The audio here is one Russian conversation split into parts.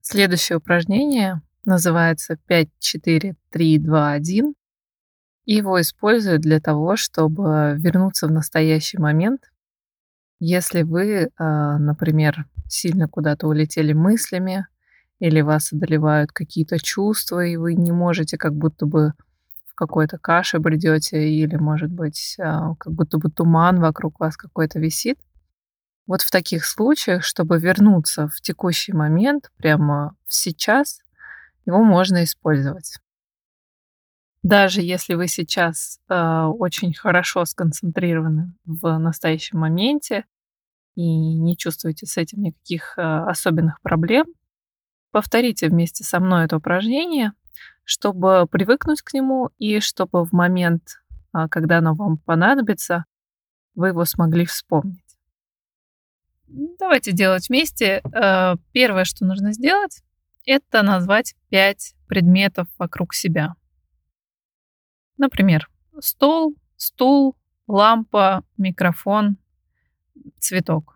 Следующее упражнение называется 5-4-3-2-1. И его используют для того, чтобы вернуться в настоящий момент. Если вы, например, сильно куда-то улетели мыслями или вас одолевают какие-то чувства, и вы не можете, как будто бы в какой-то каше бредете, или, может быть, как будто бы туман вокруг вас какой-то висит. Вот в таких случаях, чтобы вернуться в текущий момент, прямо в сейчас, его можно использовать. Даже если вы сейчас, очень хорошо сконцентрированы в настоящем моменте и не чувствуете с этим никаких, особенных проблем, повторите вместе со мной это упражнение, чтобы привыкнуть к нему и чтобы в момент, когда оно вам понадобится, вы его смогли вспомнить. Давайте делать вместе. Первое, что нужно сделать, это назвать 5 предметов вокруг себя. Например, стол, стул, лампа, микрофон, цветок.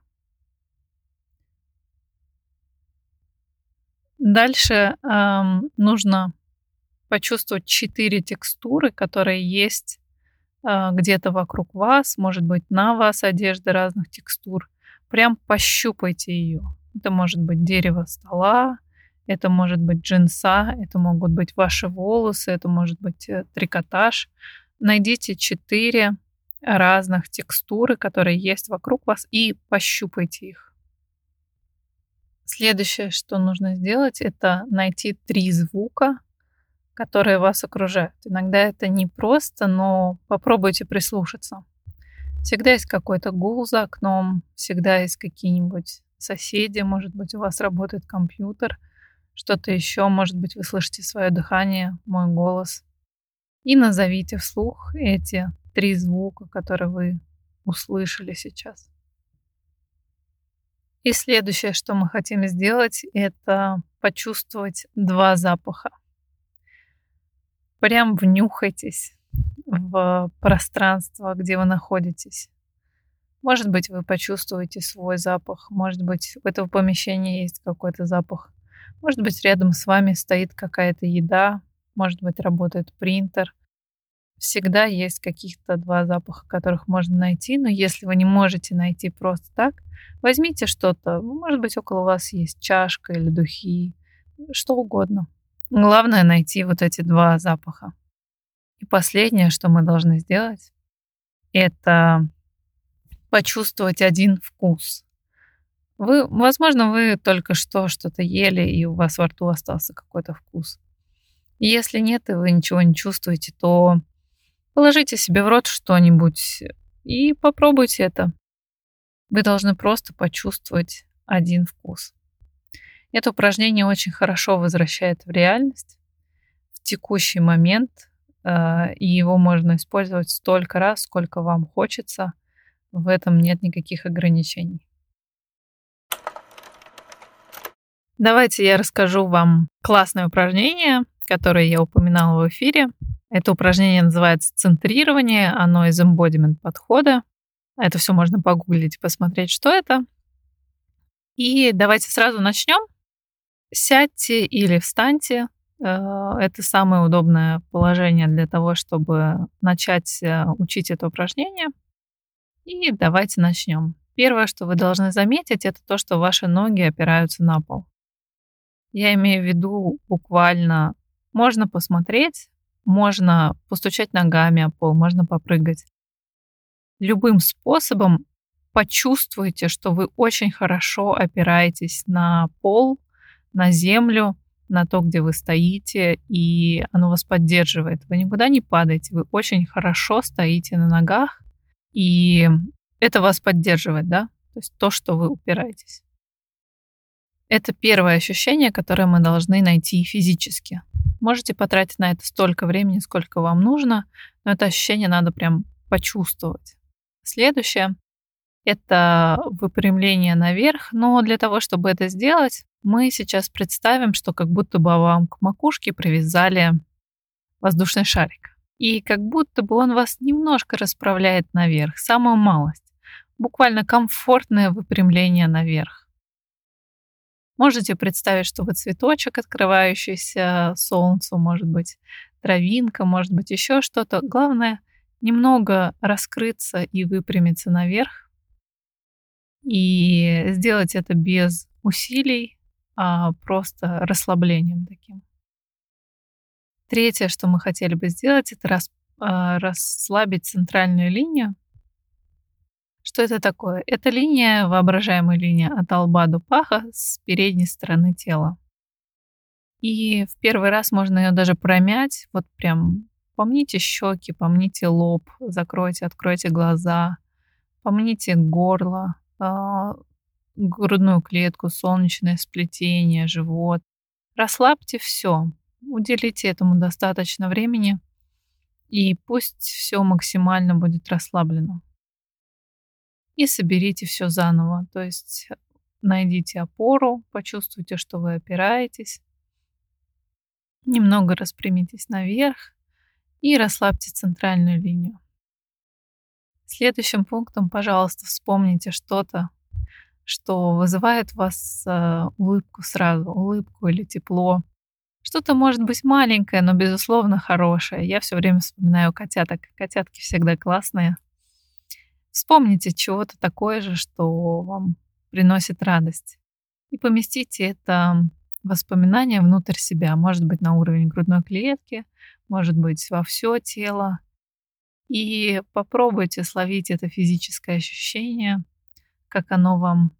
Дальше, нужно почувствовать 4 текстуры, которые есть, где-то вокруг вас, может быть, на вас одежда разных текстур. Прям пощупайте ее. Это может быть дерево стола, это может быть джинса, это могут быть ваши волосы, это может быть, трикотаж. Найдите 4 разных текстуры, которые есть вокруг вас, и пощупайте их. Следующее, что нужно сделать, это найти 3 звука, которые вас окружают. Иногда это непросто, но попробуйте прислушаться. Всегда есть какой-то гул за окном, всегда есть какие-нибудь соседи, может быть, у вас работает компьютер, что-то еще, может быть, вы слышите свое дыхание, мой голос. И назовите вслух эти 3 звука, которые вы услышали сейчас. И следующее, что мы хотим сделать, это почувствовать 2 запаха. Прям внюхайтесь в пространство, где вы находитесь. Может быть, вы почувствуете свой запах, может быть, в этом помещении есть какой-то запах, может быть, рядом с вами стоит какая-то еда, может быть, работает принтер. Всегда есть каких-то 2 запаха, которых можно найти, но если вы не можете найти просто так, возьмите что-то, может быть, около вас есть чашка или духи, что угодно. Главное найти вот эти 2 запаха. И последнее, что мы должны сделать, это почувствовать один вкус. Возможно, вы только что что-то ели, и у вас во рту остался какой-то вкус. И если нет, и вы ничего не чувствуете, то положите себе в рот что-нибудь и попробуйте это. Вы должны просто почувствовать один вкус. Это упражнение очень хорошо возвращает в реальность, в текущий момент, и его можно использовать столько раз, сколько вам хочется. В этом нет никаких ограничений. Давайте я расскажу вам классное упражнение, которое я упоминала в эфире. Это упражнение называется центрирование, оно из embodiment подхода. Это все можно погуглить и посмотреть, что это. И давайте сразу начнем. Сядьте или встаньте. Это самое удобное положение для того, чтобы начать учить это упражнение. И давайте начнем. Первое, что вы должны заметить, это то, что ваши ноги опираются на пол. Я имею в виду буквально можно посмотреть, можно постучать ногами о пол, можно попрыгать. Любым способом почувствуйте, что вы очень хорошо опираетесь на пол, на землю, на то, где вы стоите, и оно вас поддерживает. Вы никуда не падаете, вы очень хорошо стоите на ногах, и это вас поддерживает, да? То есть то, что вы упираетесь. Это первое ощущение, которое мы должны найти физически. Можете потратить на это столько времени, сколько вам нужно, но это ощущение надо прям почувствовать. Следующее — это выпрямление наверх, но для того, чтобы это сделать, мы сейчас представим, что как будто бы вам к макушке привязали воздушный шарик. И как будто бы он вас немножко расправляет наверх, самую малость. Буквально комфортное выпрямление наверх. Можете представить, что вы цветочек, открывающийся солнцу, может быть, травинка, может быть, еще что-то. Главное немного раскрыться и выпрямиться наверх, и сделать это без усилий, а просто расслаблением таким. Третье, что мы хотели бы сделать, это расслабить центральную линию. Что это такое? Это линия, воображаемая линия от лба до паха с передней стороны тела. И в первый раз можно ее даже промять. Вот прям помните щеки, помните лоб, закройте, откройте глаза, помните горло, грудную клетку, солнечное сплетение, живот. Расслабьте все, уделите этому достаточно времени, и пусть все максимально будет расслаблено. И соберите все заново. То есть найдите опору, почувствуйте, что вы опираетесь, немного распрямитесь наверх и расслабьте центральную линию. Следующим пунктом, пожалуйста, вспомните что-то, что вызывает в вас улыбку сразу, улыбку или тепло. Что-то может быть маленькое, но, безусловно, хорошее. Я все время вспоминаю котяток. Котятки всегда классные. Вспомните чего-то такое же, что вам приносит радость. И поместите это воспоминание внутрь себя. Может быть, на уровень грудной клетки, может быть, во все тело. И попробуйте словить это физическое ощущение, как оно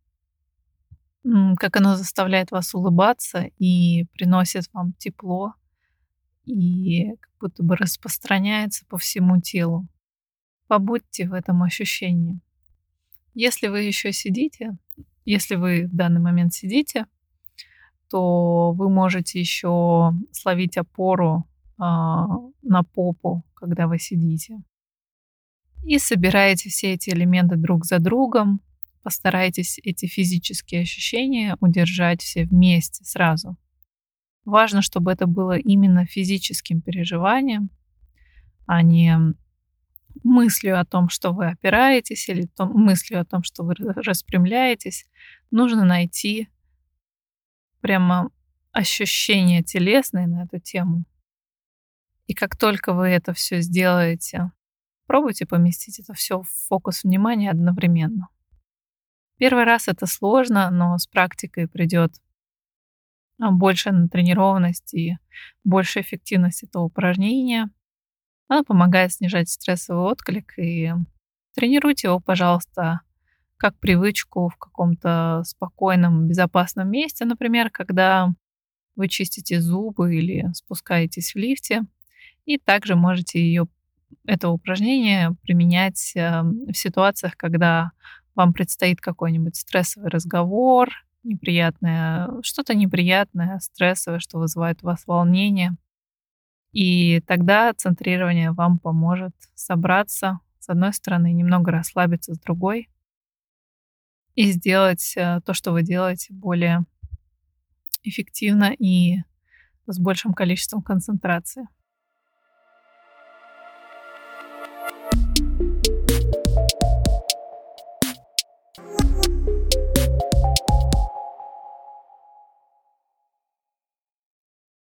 как оно заставляет вас улыбаться и приносит вам тепло, и как будто бы распространяется по всему телу. Побудьте в этом ощущении. Если вы еще сидите, если вы в данный момент сидите, то вы можете еще словить опору на попу, когда вы сидите. И собираете все эти элементы друг за другом. Постарайтесь эти физические ощущения удержать все вместе сразу. Важно, чтобы это было именно физическим переживанием, а не мыслью о том, что вы опираетесь, или мыслью о том, что вы распрямляетесь. Нужно найти прямо ощущение телесное на эту тему. И как только вы это все сделаете, пробуйте поместить это все в фокус внимания одновременно. Первый раз это сложно, но с практикой придет больше натренированность и больше эффективность этого упражнения. Оно помогает снижать стрессовый отклик, и тренируйте его, пожалуйста, как привычку в каком-то спокойном, безопасном месте, например, когда вы чистите зубы или спускаетесь в лифте. И также можете это упражнение применять в ситуациях, когда вам предстоит какой-нибудь стрессовый разговор, что-то неприятное, стрессовое, что вызывает у вас волнение. И тогда центрирование вам поможет собраться, с одной стороны, немного расслабиться с другой, и сделать то, что вы делаете, более эффективно и с большим количеством концентрации.